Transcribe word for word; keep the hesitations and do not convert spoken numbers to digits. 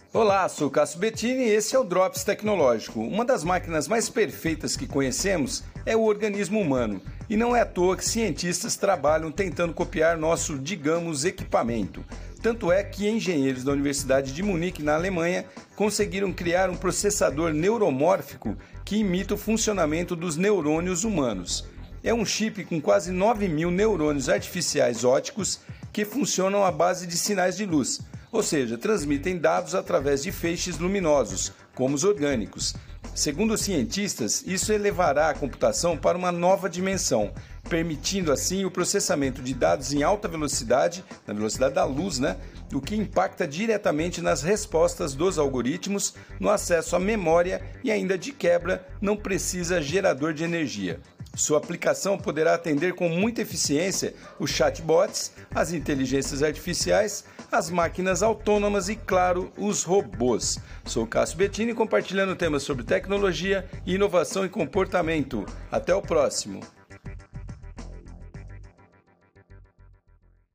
Olá, sou Cássio Bettini e esse é o Drops Tecnológico. Uma das máquinas mais perfeitas que conhecemos é o organismo humano. E não é à toa que cientistas trabalham tentando copiar nosso, digamos, equipamento. Tanto é que engenheiros da Universidade de Munique, na Alemanha, conseguiram criar um processador neuromórfico que imita o funcionamento dos neurônios humanos. É um chip com quase nove mil neurônios artificiais ópticos que funcionam à base de sinais de luz, ou seja, transmitem dados através de feixes luminosos, como os orgânicos. Segundo os cientistas, isso elevará a computação para uma nova dimensão, permitindo assim o processamento de dados em alta velocidade, na velocidade da luz, né? O que impacta diretamente nas respostas dos algoritmos, no acesso à memória e ainda de quebra não precisa gerador de energia. Sua aplicação poderá atender com muita eficiência os chatbots, as inteligências artificiais, as máquinas autônomas e, claro, os robôs. Sou Cássio Bettini compartilhando temas sobre tecnologia, inovação e comportamento. Até o próximo!